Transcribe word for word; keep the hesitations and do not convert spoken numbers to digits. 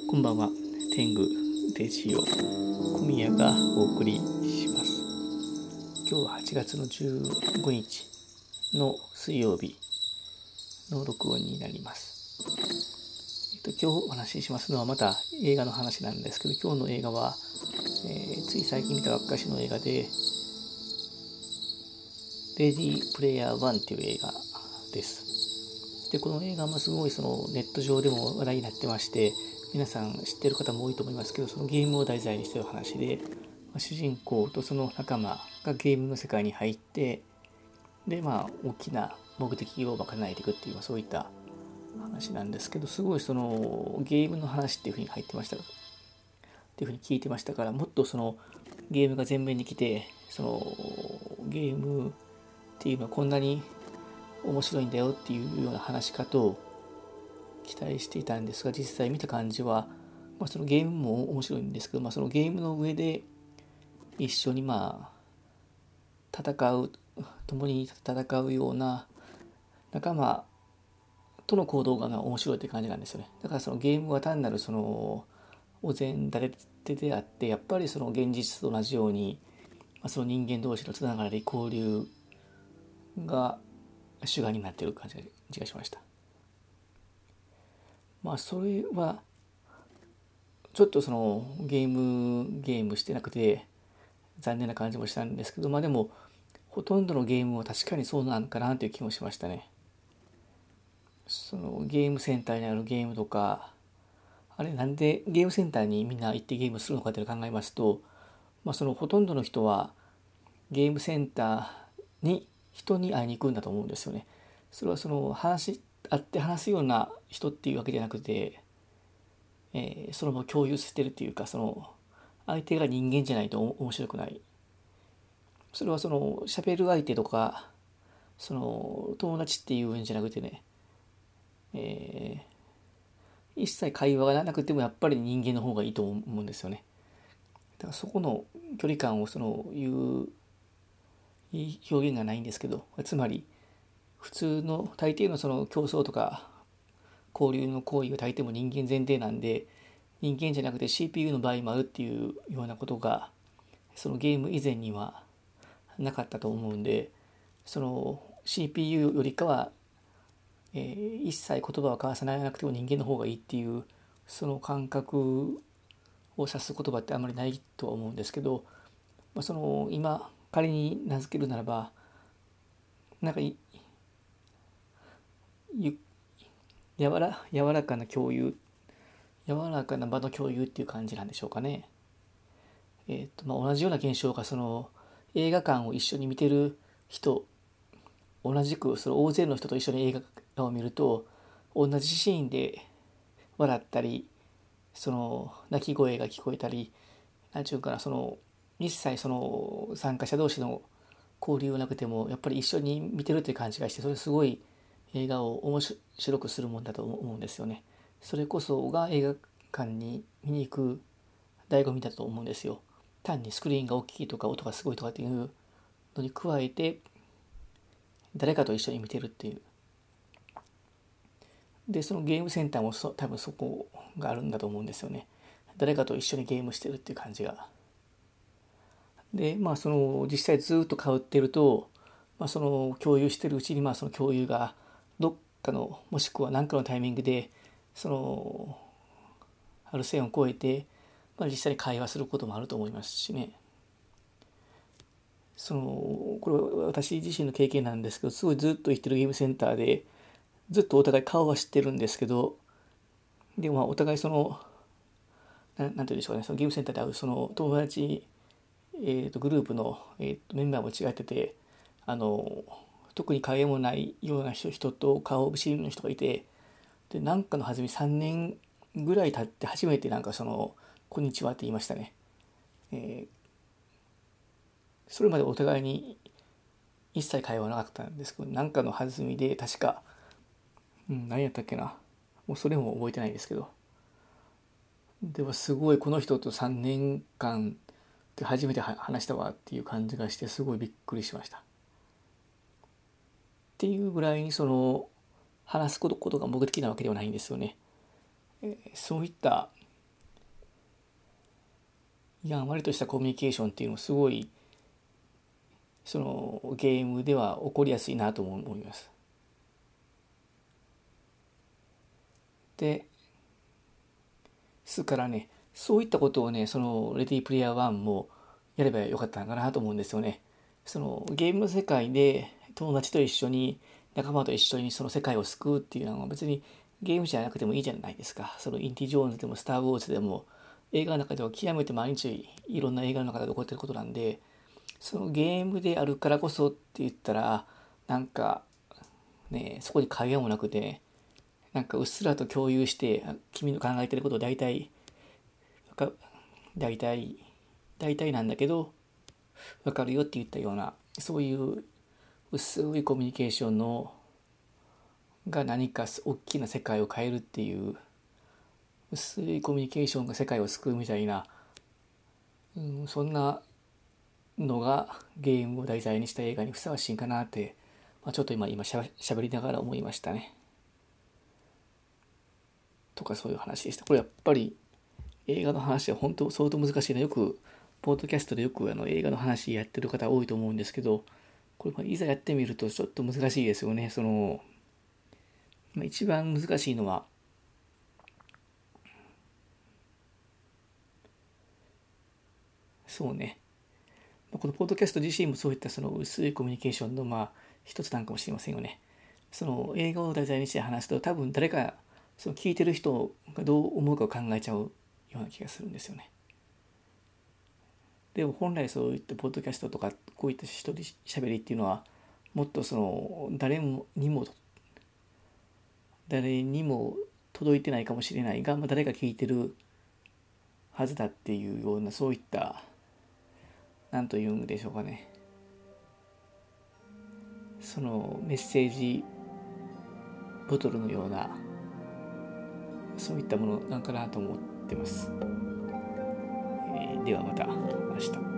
こんばんは。天狗デジオ小宮がお送りします。今日ははちがつのじゅうごにちの水曜日の録音になります。えっと、今日お話ししますのはまた映画の話なんですけど、今日の映画は、えー、つい最近見たばっかしの映画で、レディープレイヤーワンっていう映画です。で、この映画もすごいそのネット上でも話題になってまして、皆さん知ってる方も多いと思いますけど、そのゲームを題材にしている話で、主人公とその仲間がゲームの世界に入って、で、まあ、大きな目的を叶えていくっていう、そういった話なんですけど、すごいそのゲームの話っていうふうに入ってましたっていうふうに聞いてましたから、もっとそのゲームが前面に来て、そのゲームっていうのはこんなに面白いんだよっていうような話かと期待していたんですが、実際見た感じは、まあ、そのゲームも面白いんですけど、まあ、そのゲームの上で一緒にまあ戦う共に戦うような仲間との行動が面白いって感じなんですよね。だからそのゲームは単なるそのお膳立てであって、やっぱりその現実と同じように、まあ、その人間同士のつながり交流が主眼になっている感じがしました。まあそれはちょっとそのゲームゲームしてなくて残念な感じもしたんですけど、まあでもほとんどのゲームは確かにそうなのかなという気もしましたね。そのゲームセンターにあるゲームとか、あれなんでゲームセンターにみんな行ってゲームするのかというのを考えますと、まあそのほとんどの人はゲームセンターに人に会いに行くんだと思うんですよね。それはその話会って話すような人っていうわけじゃなくて、えー、その場を共有してるっていうか、その相手が人間じゃないと面白くない。それはその喋る相手とかその友達っていうんじゃなくてね、えー、一切会話がなくてもやっぱり人間の方がいいと思うんですよね。だからそこの距離感をその言ういい表現がないんですけど、つまり普通の大抵のその競争とか交流の行為が大抵も人間前提なんで、人間じゃなくて シーピーユー の場合もあるっていうようなことがそのゲーム以前にはなかったと思うんで、その シーピーユー よりかは、えー、一切言葉を交わさなくても人間の方がいいっていうその感覚を指す言葉ってあんまりないとは思うんですけど、まあ、その今仮に名付けるならば、なんかゆ柔ら柔らかな共有柔らかな場の共有っていう感じなんでしょうかね。えーとまあ、同じような現象がその映画館を一緒に見てる人、同じくその大勢の人と一緒に映画を見ると同じシーンで笑ったり、その泣き声が聞こえたり、何て言うかな、その一切その参加者同士の交流がなくてもやっぱり一緒に見てるっていう感じがして、それすごい映画を面白くするもんだと思うんですよね。それこそが映画館に見に行く醍醐味だと思うんですよ。単にスクリーンが大きいとか音がすごいとかっていうのに加えて、誰かと一緒に見てるっていう。で、そのゲームセンターもそ多分そこがあるんだと思うんですよね。誰かと一緒にゲームしてるっていう感じが。で、まあその実際ずっと通ってると、まあ、その共有してるうちに、まあその共有がどっかのもしくは何かのタイミングでそのある線を越えて、まあ、実際に会話することもあると思いますしね。そのこれは私自身の経験なんですけど、すごいずっと行ってるゲームセンターでずっとお互い顔は知ってるんですけど、でもまあお互いそのななんて言うんでしょうね、そのゲームセンターで会うその友達、えー、とグループの、えー、とメンバーも違ってて、あの特に会話もないような人と顔見知りの人がいて、でなんかのはずみさんねんぐらい経って初めてなんかそのこんにちはって言いましたね。えーそれまでお互いに一切会話なかったんですけど、なんかの弾みで確か、うん、何やったっけな、もうそれも覚えてないですけど、でもすごいこの人とさんねんかんで初めて話したわっていう感じがして、すごいびっくりしました。っていうぐらいにその話すことが目的なわけではないんですよね。えーそういったやんわりとしたコミュニケーションっていうのもすごいそのゲームでは起こりやすいなと思います。ですからね、そういったことをね、そのレディープレイヤーワンもやればよかったのかなと思うんですよね。そのゲームの世界で友達と一緒に仲間と一緒にその世界を救うっていうのは別にゲームじゃなくてもいいじゃないですか。そのインディ・ジョーンズでもスター・ウォーズでも映画の中では極めて毎日いろんな映画の中で起こってることなんで、そのゲームであるからこそって言ったらなんかね、そこに会話もなくて、なんかうっすらと共有して君の考えてることを大体大体大体なんだけど分かるよって言ったような、そういう薄いコミュニケーションのが何か大きな世界を変えるっていう、薄いコミュニケーションが世界を救うみたいな、うん、そんなのがゲームを題材にした映画にふさわしいかなって、まあ、ちょっと今今しゃしゃべりながら思いましたね。とかそういう話でした。これやっぱり映画の話は本当相当難しいな。よくポッドキャストでよくあの映画の話やってる方多いと思うんですけど、これいざやってみるとちょっと難しいですよね。その、まあ、一番難しいのはそうね、このポッドキャスト自身もそういったその薄いコミュニケーションのまあ一つなんかもしれませんよね。その映画を題材にして話すと多分誰かその聞いてる人がどう思うかを考えちゃうような気がするんですよね。でも本来そういったポッドキャストとかこういった一人喋りっていうのはもっとその誰もにも誰にも届いてないかもしれないが、まあ、誰か聞いてるはずだっていうような、そういった何というんでしょうかね、そのメッセージボトルのようなそういったものなんかなと思ってます。えーではまた明日。